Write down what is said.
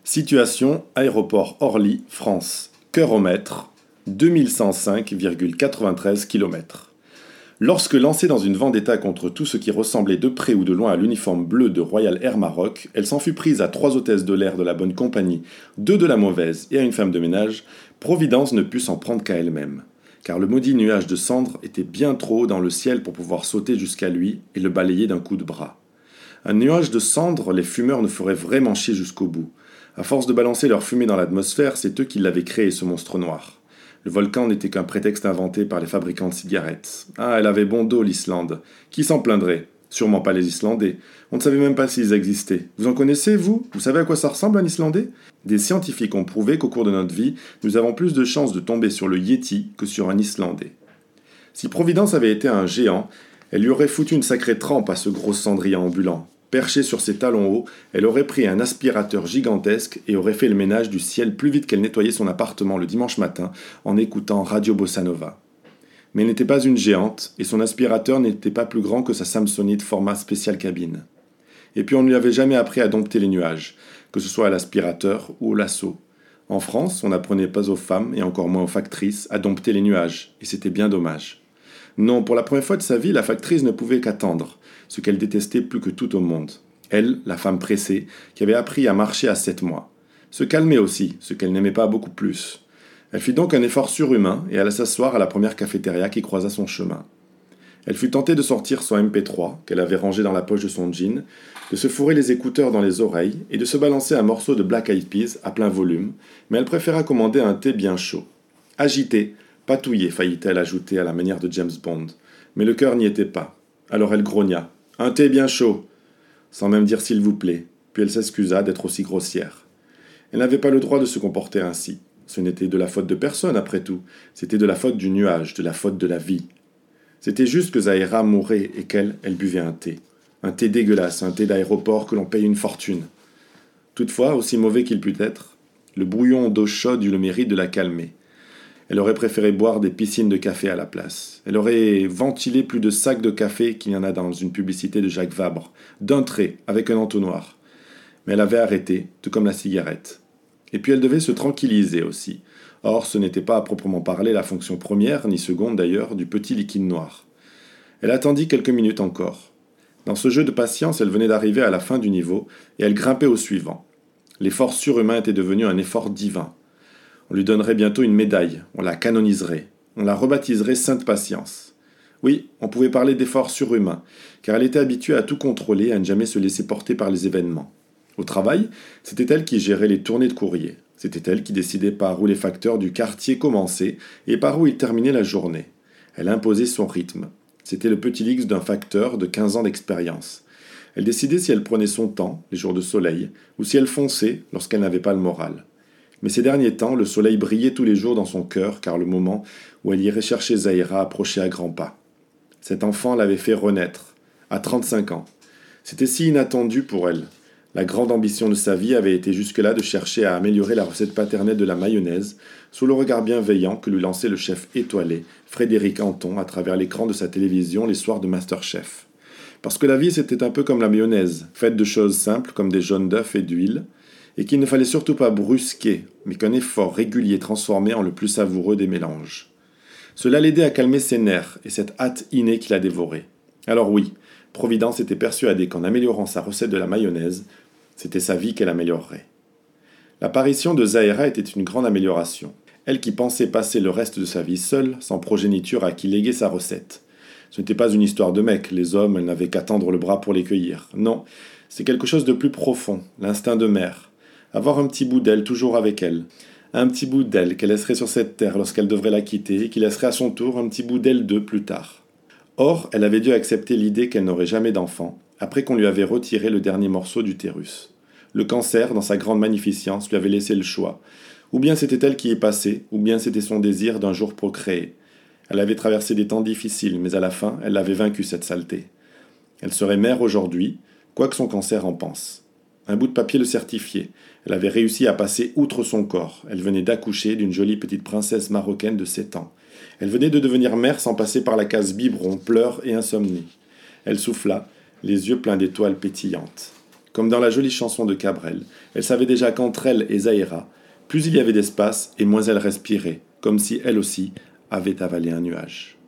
Situation aéroport Orly, France. Cœur au mètre, 2105,93 km. Lorsque lancée dans une vendetta contre tout ce qui ressemblait de près ou de loin à l'uniforme bleu de Royal Air Maroc, elle s'en fut prise à 3 hôtesses de l'air de la bonne compagnie, 2 de la mauvaise et à une femme de ménage, Providence ne put s'en prendre qu'à elle-même. Car le maudit nuage de cendres était bien trop haut dans le ciel pour pouvoir sauter jusqu'à lui et le balayer d'un coup de bras. Un nuage de cendres, les fumeurs ne feraient vraiment chier jusqu'au bout. À force de balancer leur fumée dans l'atmosphère, c'est eux qui l'avaient créé, ce monstre noir. Le volcan n'était qu'un prétexte inventé par les fabricants de cigarettes. Ah, elle avait bon dos, l'Islande. Qui s'en plaindrait? Sûrement pas les Islandais. On ne savait même pas s'ils existaient. Vous en connaissez, vous? Vous savez à quoi ça ressemble, un Islandais? Des scientifiques ont prouvé qu'au cours de notre vie, nous avons plus de chances de tomber sur le Yéti que sur un Islandais. Si Providence avait été un géant, elle lui aurait foutu une sacrée trempe à ce gros cendrier ambulant. Perchée sur ses talons hauts, elle aurait pris un aspirateur gigantesque et aurait fait le ménage du ciel plus vite qu'elle nettoyait son appartement le dimanche matin en écoutant Radio Bossa Nova. Mais elle n'était pas une géante, et son aspirateur n'était pas plus grand que sa Samsonite format spécial cabine. Et puis on ne lui avait jamais appris à dompter les nuages, que ce soit à l'aspirateur ou au lasso. En France, on n'apprenait pas aux femmes, et encore moins aux factrices, à dompter les nuages, et c'était bien dommage. Non, pour la première fois de sa vie, la factrice ne pouvait qu'attendre, ce qu'elle détestait plus que tout au monde. Elle, la femme pressée, qui avait appris à marcher à 7 mois. Se calmer aussi, ce qu'elle n'aimait pas beaucoup plus. Elle fit donc un effort surhumain et alla s'asseoir à la première cafétéria qui croisa son chemin. Elle fut tentée de sortir son MP3, qu'elle avait rangé dans la poche de son jean, de se fourrer les écouteurs dans les oreilles et de se balancer un morceau de Black Eyed Peas à plein volume, mais elle préféra commander un thé bien chaud. Agité, patouillé, faillit-elle ajouter à la manière de James Bond. Mais le cœur n'y était pas. Alors elle grogna. « Un thé bien chaud !» sans même dire s'il vous plaît, puis elle s'excusa d'être aussi grossière. Elle n'avait pas le droit de se comporter ainsi. Ce n'était de la faute de personne, après tout. C'était de la faute du nuage, de la faute de la vie. C'était juste que Zahira mourait et qu'elle, elle buvait un thé. Un thé dégueulasse, un thé d'aéroport que l'on paye une fortune. Toutefois, aussi mauvais qu'il pût être, le bouillon d'eau chaude eut le mérite de la calmer. Elle aurait préféré boire des piscines de café à la place. Elle aurait ventilé plus de sacs de café qu'il y en a dans une publicité de Jacques Vabre, d'un trait, avec un entonnoir. Mais elle avait arrêté, tout comme la cigarette. Et puis elle devait se tranquilliser aussi. Or, ce n'était pas à proprement parler la fonction première, ni seconde d'ailleurs, du petit liquide noir. Elle attendit quelques minutes encore. Dans ce jeu de patience, elle venait d'arriver à la fin du niveau, et elle grimpait au suivant. L'effort surhumain était devenu un effort divin. On lui donnerait bientôt une médaille, on la canoniserait, on la rebaptiserait Sainte Patience. Oui, on pouvait parler d'effort surhumain, car elle était habituée à tout contrôler et à ne jamais se laisser porter par les événements. Au travail, c'était elle qui gérait les tournées de courrier. C'était elle qui décidait par où les facteurs du quartier commençaient et par où ils terminaient la journée. Elle imposait son rythme. C'était le petit luxe d'un facteur de 15 ans d'expérience. Elle décidait si elle prenait son temps, les jours de soleil, ou si elle fonçait lorsqu'elle n'avait pas le moral. Mais ces derniers temps, le soleil brillait tous les jours dans son cœur, car le moment où elle irait chercher Zahira approchait à grands pas. Cet enfant l'avait fait renaître, à 35 ans. C'était si inattendu pour elle. La grande ambition de sa vie avait été jusque-là de chercher à améliorer la recette paternelle de la mayonnaise, sous le regard bienveillant que lui lançait le chef étoilé, Frédéric Anton, à travers l'écran de sa télévision les soirs de Masterchef. Parce que la vie, c'était un peu comme la mayonnaise, faite de choses simples comme des jaunes d'œufs et d'huile, et qu'il ne fallait surtout pas brusquer, mais qu'un effort régulier transformait en le plus savoureux des mélanges. Cela l'aidait à calmer ses nerfs et cette hâte innée qui la dévorait. Alors oui, Providence était persuadée qu'en améliorant sa recette de la mayonnaise, c'était sa vie qu'elle améliorerait. L'apparition de Zahira était une grande amélioration. Elle qui pensait passer le reste de sa vie seule, sans progéniture à qui léguer sa recette. Ce n'était pas une histoire de mec, les hommes, elles n'avaient qu'à tendre le bras pour les cueillir. Non, c'est quelque chose de plus profond, l'instinct de mère. Avoir un petit bout d'elle toujours avec elle. Un petit bout d'elle qu'elle laisserait sur cette terre lorsqu'elle devrait la quitter et qui laisserait à son tour un petit bout d'elle d'eux plus tard. Or, elle avait dû accepter l'idée qu'elle n'aurait jamais d'enfant, après qu'on lui avait retiré le dernier morceau d'utérus. Le cancer, dans sa grande magnificence, lui avait laissé le choix. Ou bien c'était elle qui y passait, ou bien c'était son désir d'un jour procréer. Elle avait traversé des temps difficiles, mais à la fin, elle l'avait vaincu cette saleté. Elle serait mère aujourd'hui, quoi que son cancer en pense. Un bout de papier le certifiait. Elle avait réussi à passer outre son corps. Elle venait d'accoucher d'une jolie petite princesse marocaine de 7 ans. Elle venait de devenir mère sans passer par la case biberon, pleurs et insomnie. Elle souffla, les yeux pleins d'étoiles pétillantes. comme dans la jolie chanson de Cabrel. Elle savait déjà qu'entre elle et Zahira, plus il y avait d'espace et moins elle respirait, comme si elle aussi avait avalé un nuage.